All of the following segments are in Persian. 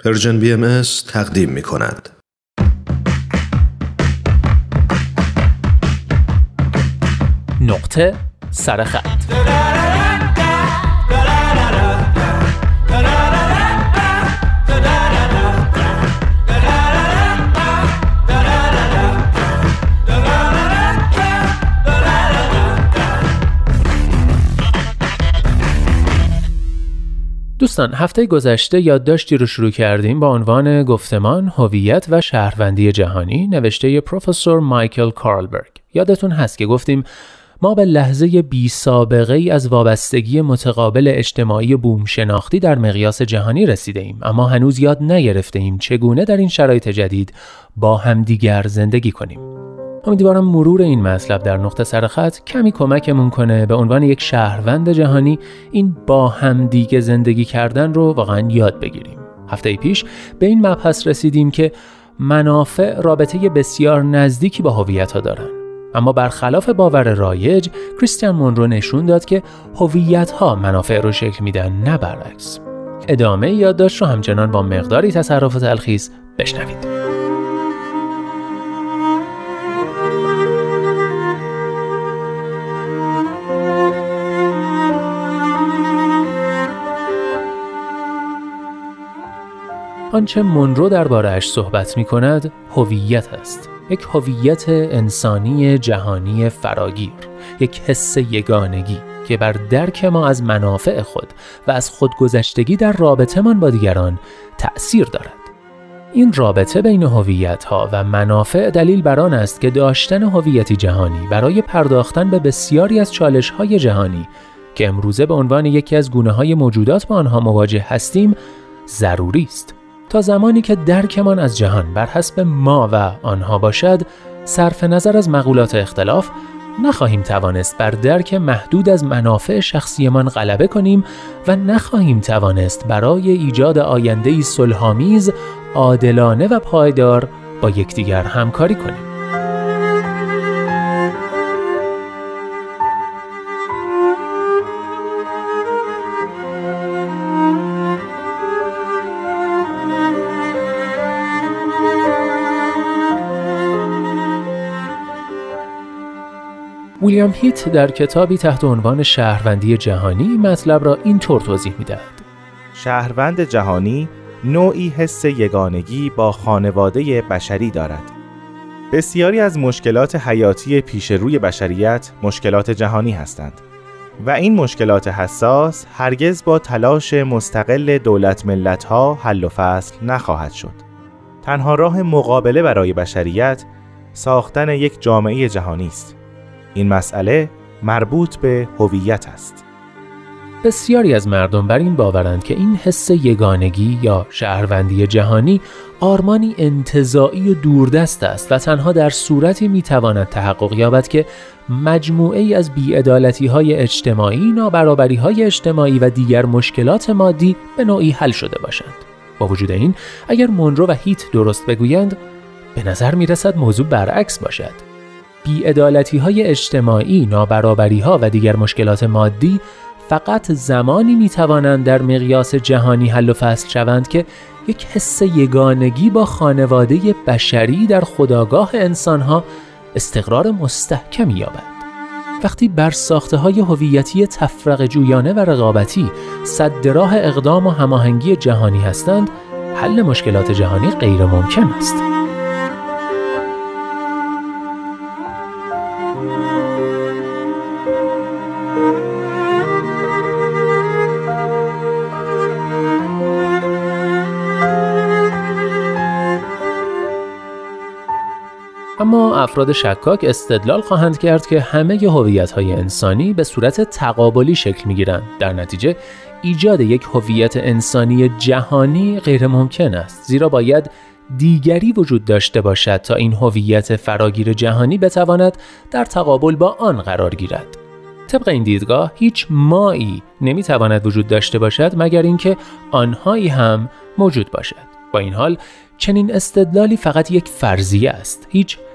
پرژن BMS تقدیم می کند. نقطه سرخط. دوستان، هفته گذشته یادداشتی رو شروع کردیم با عنوان گفتمان، هویت و شهروندی جهانی نوشته پروفسور مایکل کارلبرگ. یادتون هست که گفتیم ما به لحظه بی سابقه ای از وابستگی متقابل اجتماعی بوم شناختی در مقیاس جهانی رسیده ایم، اما هنوز یاد نگرفته ایم چگونه در این شرایط جدید با همدیگر زندگی کنیم. امیدوارم مرور این مطلب در نقطه سرخط کمی کمکمون کنه به عنوان یک شهروند جهانی این با همدیگه زندگی کردن رو واقعا یاد بگیریم. هفته پیش به این مبحث رسیدیم که منافع رابطه بسیار نزدیکی با هویت‌ها دارن، اما برخلاف باور رایج کریستیان مونرو نشون داد که هویت‌ها منافع رو شکل میدن، نه برعکس. ادامه یادداشت رو همچنان با مقداری تصرف و تلخیص بشنوید. آنچه مونرو درباره‌اش صحبت می‌کند هویت است. یک هویت انسانی جهانی فراگیر، یک حس یگانگی که بر درک ما از منافع خود و از خودگذشتگی در رابطه‌مان با دیگران تأثیر دارد. این رابطه بین هویت‌ها و منافع دلیل بر آن است که داشتن هویتی جهانی برای پرداختن به بسیاری از چالش‌های جهانی که امروزه به عنوان یکی از گونه‌های موجودات با آنها مواجه هستیم ضروری است. تا زمانی که درکمان از جهان بر حسب ما و آنها باشد، صرف نظر از مقولات اختلاف، نخواهیم توانست بر درک محدود از منافع شخصیمان غلبه کنیم و نخواهیم توانست برای ایجاد آینده‌ای صلح‌آمیز، عادلانه و پایدار با یکدیگر همکاری کنیم. ویلیام هیت در کتابی تحت عنوان شهروندی جهانی مطلب را اینطور توضیح می‌دهد. شهروند جهانی نوعی حس یگانگی با خانواده بشری دارد. بسیاری از مشکلات حیاتی پیش روی بشریت مشکلات جهانی هستند و این مشکلات حساس هرگز با تلاش مستقل دولت ملت‌ها حل و فصل نخواهد شد. تنها راه مقابله برای بشریت ساختن یک جامعه جهانی است. این مسئله مربوط به هویت است. بسیاری از مردم بر این باورند که این حس یگانگی یا شهروندی جهانی آرمانی انتزاعی و دوردست است و تنها در صورتی میتواند تحقق یابد که مجموعه‌ای از بی‌عدالتی‌های اجتماعی، نابرابری‌های اجتماعی و دیگر مشکلات مادی به نوعی حل شده باشند. با وجود این، اگر مونرو و هیت درست بگویند، به نظر میرسد موضوع برعکس باشد. بی‌عدالتی‌های اجتماعی، نابرابری‌ها و دیگر مشکلات مادی فقط زمانی می‌توانند در مقیاس جهانی حل و فصل شوند که یک حس یگانگی با خانواده بشری در خودآگاه انسان‌ها استقرار مستحکمی یابد. وقتی بر ساخته‌های هویتی تفرقه جویانه و رقابتی سد راه اقدام و هماهنگی جهانی هستند، حل مشکلات جهانی غیر ممکن است. اما افراد شکاک استدلال خواهند کرد که همه هویت‌های انسانی به صورت تقابلی شکل می‌گیرند. در نتیجه ایجاد یک هویت انسانی جهانی غیر ممکن است، زیرا باید دیگری وجود داشته باشد تا این هویت فراگیر جهانی بتواند در تقابل با آن قرار گیرد. طبق این دیدگاه هیچ مایی نمی‌تواند وجود داشته باشد مگر اینکه آنهایی هم موجود باشد. با این حال چنین استدلالی فقط یک فرضیه است. هیچ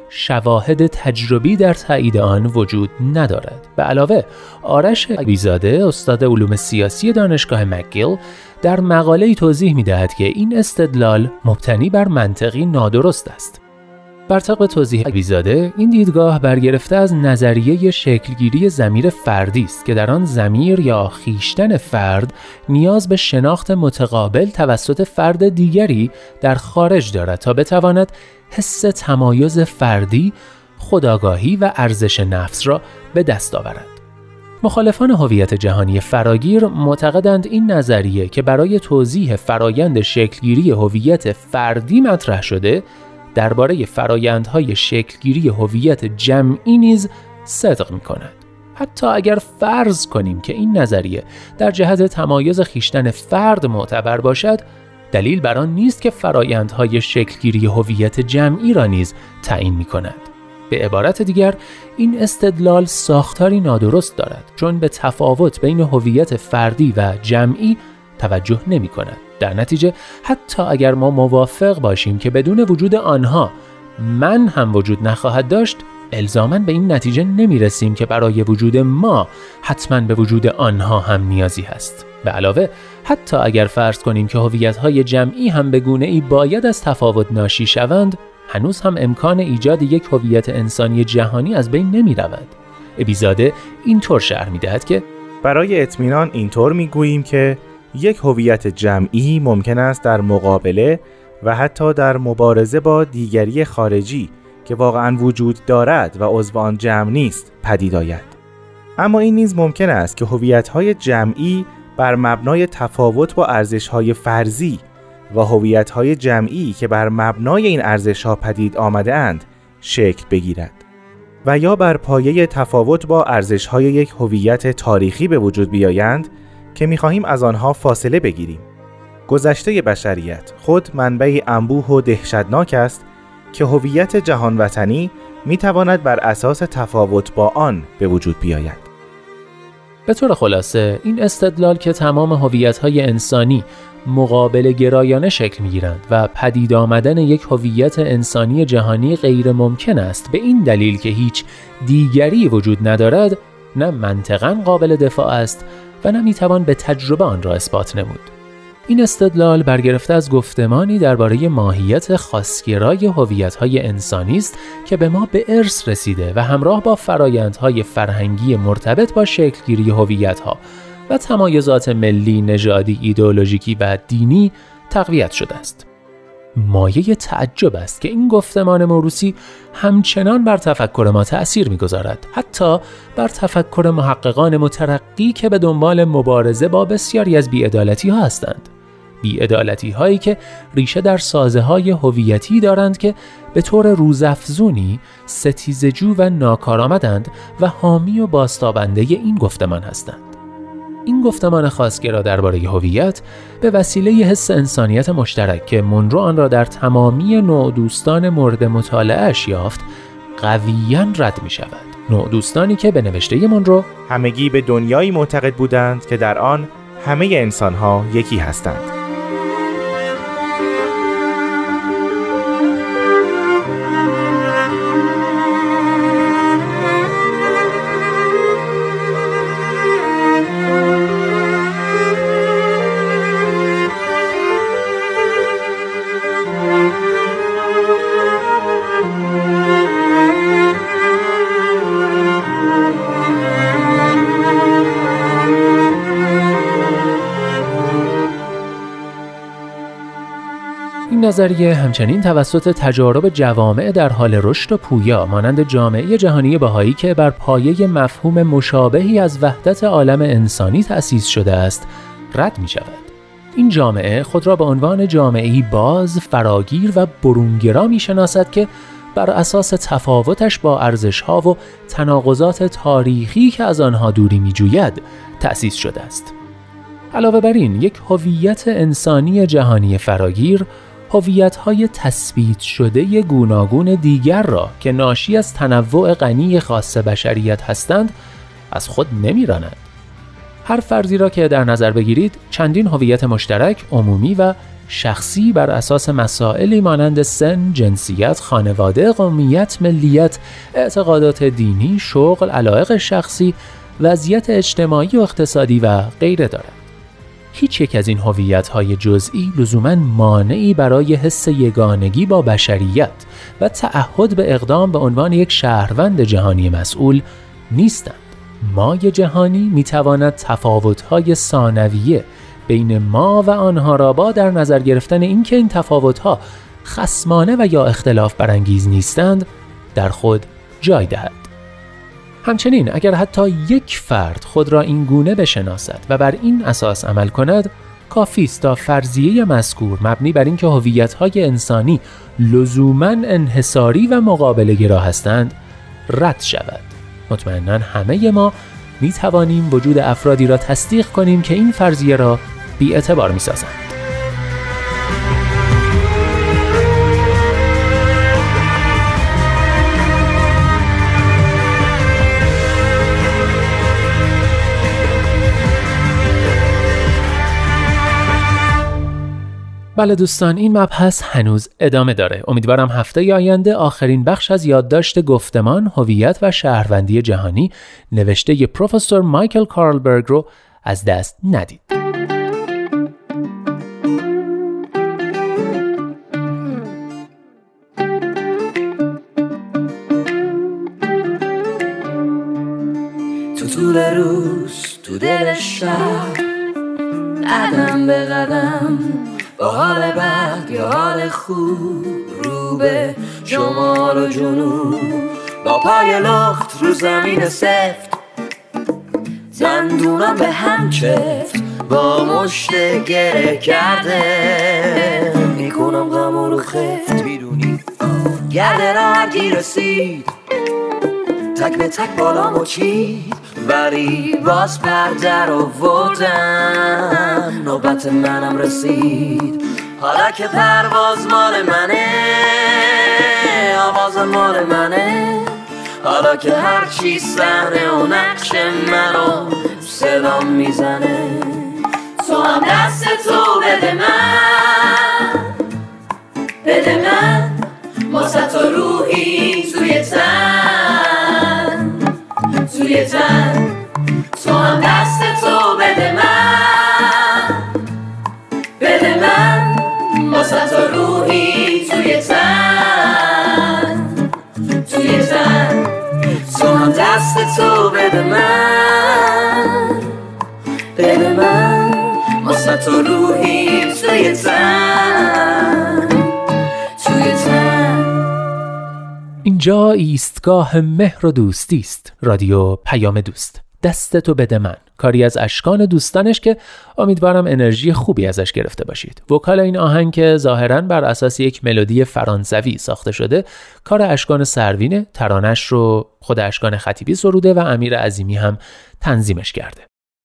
شواهد تجربی در تایید آن وجود ندارد. به علاوه آرش عبیزاده استاد علوم سیاسی دانشگاه مکگیل در مقاله‌ای توضیح می‌دهد که این استدلال مبتنی بر منطقی نادرست است. بر طبق توضیح عبیزاده، این دیدگاه برگرفته از نظریه شکلگیری ضمیر فردی است که در آن ضمیر یا خویشتن فرد نیاز به شناخت متقابل توسط فرد دیگری در خارج دارد تا بتواند حس تمایز فردی، خودآگاهی و ارزش نفس را به دست آورد. مخالفان هویت جهانی فراگیر معتقدند این نظریه که برای توضیح فرایند شکلگیری هویت فردی مطرح شده، درباره فرایندهای شکلگیری هویت جمعی نیز صدق می‌کند. حتی اگر فرض کنیم که این نظریه در جهت تمایز خویشتن فرد معتبر باشد، دلیل بر آن نیست که فرایندهای شکلگیری هویت جمعی را نیز تعیین می‌کند. به عبارت دیگر، این استدلال ساختاری نادرست دارد، چون به تفاوت بین هویت فردی و جمعی توجه نمی‌کند. در نتیجه حتی اگر ما موافق باشیم که بدون وجود آنها من هم وجود نخواهد داشت، الزاماً به این نتیجه نمی‌رسیم که برای وجود ما حتماً به وجود آنها هم نیازی هست. به علاوه حتی اگر فرض کنیم که هویت‌های جمعی هم به گونه‌ای باید از تفاوت ناشی شوند، هنوز هم امکان ایجاد یک هویت انسانی جهانی از بین نمی‌رود. عبیزاده اینطور شرح می‌دهد که برای اطمینان اینطور می‌گوییم که یک هویت جمعی ممکن است در مقابله و حتی در مبارزه با دیگری خارجی که واقعاً وجود دارد و عضو آن جمع نیست پدید آید. اما این نیز ممکن است که هویت‌های جمعی بر مبنای تفاوت با ارزش‌های فرضی و هویت‌های جمعی که بر مبنای این ارزش‌ها پدید آمده‌اند شکل بگیرد و یا بر پایه تفاوت با ارزش‌های یک هویت تاریخی به وجود بیایند که می‌خواهیم از آنها فاصله بگیریم. گذشته بشریت خود منبعی انبوه و دهشتناک است که هویت جهان وطنی می‌تواند بر اساس تفاوت با آن به وجود بیاید. به طور خلاصه، این استدلال که تمام هویت‌های انسانی مقابل گرایانه شکل می‌گیرند و پدید آمدن یک هویت انسانی جهانی غیر ممکن است به این دلیل که هیچ دیگری وجود ندارد، نه منطقاً قابل دفاع است و نمیتوان به تجربه آن را اثبات نمود. این استدلال برگرفته از گفتمانی درباره ماهیت خاصگرای هویت‌های انسانی است که به ما به ارث رسیده و همراه با فرایندهای فرهنگی مرتبط با شکلگیری هویت‌ها و تمایزات ملی، نژادی، ایدئولوژیکی و دینی تقویت شده است. مایه تعجب است که این گفتمان موروثی همچنان بر تفکر ما تأثیر می‌گذارد، حتی بر تفکر محققان مترقی که به دنبال مبارزه با بسیاری از بی‌عدالتی‌ها هستند. بی‌عدالتی‌هایی که ریشه در سازه‌های هویتی دارند که به طور روزافزونی ستیزجو و ناکارآمدند و حامی و بازتابنده این گفتمان هستند. این گفتمان خاصگرا درباره هویت به وسیله حس انسانیت مشترک که مونرو آن را در تمامی نوع دوستان مورد مطالعه‌اش یافت قویاً رد می شود. نوع دوستانی که به نوشته مونرو همگی به دنیایی معتقد بودند که در آن همه انسان‌ها یکی هستند. این نظریه همچنین توسط تجارب جوامع در حال رشد و پویا مانند جامعه جهانی بهایی که بر پایه مفهوم مشابهی از وحدت عالم انسانی تأسیس شده است رد می شود. این جامعه خود را به عنوان جامعه‌ای باز، فراگیر و برونگرا می شناسد که بر اساس تفاوتش با ارزش‌ها و تناقضات تاریخی که از آنها دوری می جوید تأسیس شده است. علاوه بر این، یک هویت انسانی جهانی فراگیر هویت‌های تثبیت شده گوناگون دیگر را که ناشی از تنوع غنی خاص بشریت هستند از خود نمی‌راند. هر فردی را که در نظر بگیرید چندین هویت مشترک، عمومی و شخصی بر اساس مسائلی مانند سن، جنسیت، خانواده، قومیت، ملیت، اعتقادات دینی، شغل، علایق شخصی، وضعیت اجتماعی و اقتصادی و غیره دارد. هیچ یک از این هویت‌های جزئی لزوماً مانعی برای حس یگانگی با بشریت و تعهد به اقدام به عنوان یک شهروند جهانی مسئول نیستند. مای جهانی می‌تواند تفاوت‌های ثانویه بین ما و آنها را با در نظر گرفتن اینکه این تفاوت‌ها خصمانه و یا اختلاف برانگیز نیستند در خود جای دهد. همچنین اگر حتی یک فرد خود را این گونه بشناسد و بر این اساس عمل کند، کافی است تا فرضیه مذکور مبنی بر اینکه هویت‌های انسانی لزوماً انحصاری و مقابله‌گرا هستند رد شود. مطمئناً همه ما می توانیم وجود افرادی را تصدیق کنیم که این فرضیه را بی‌اعتبار می‌سازند. بله دوستان، این مبحث هنوز ادامه داره. امیدوارم هفته آینده آخرین بخش از یادداشت گفتمان هویت و شهروندی جهانی نوشته پروفسور مایکل کارلبرگ رو از دست ندید. تو طول روز تو دل شب، قدم به قدم، با حال بد یا حال خوب، رو به شمال و جنوب، با پای لخت رو زمین سفت، دندونم به هم چفت، با مشت گره کرده میکنم غم رو خفت. میدونی گرده راحتی رسید، تک به تک بالامو چید، ولی باز پرده رو آوردم، نوبت منم رسید. حالا که پرواز مال منه، آواز مال منه، حالا که هرچی صحنه و نقش منو صدام میزنه، تو هم دست تو بده من، بده من، واسه تو روحی توی تن، توی تن، تو هم دست تو بده من، بده من، واسه تو روحی توی تن، توی تن، تو هم دست تو بده من، بده من، واسه تو روحی توی تن، توی تن. اینجا ایستگاه مهر و دوستی است. رادیو پیام دوست. دستتو بده من، کاری از اشکان دوستانش که امیدوارم انرژی خوبی ازش گرفته باشید. وکال این آهنگ که ظاهراً بر اساس یک ملودی فرانسوی ساخته شده، کار اشکان سروینه. ترانش رو خود اشکان خطیبی سروده و امیر عظیمی هم تنظیمش کرده.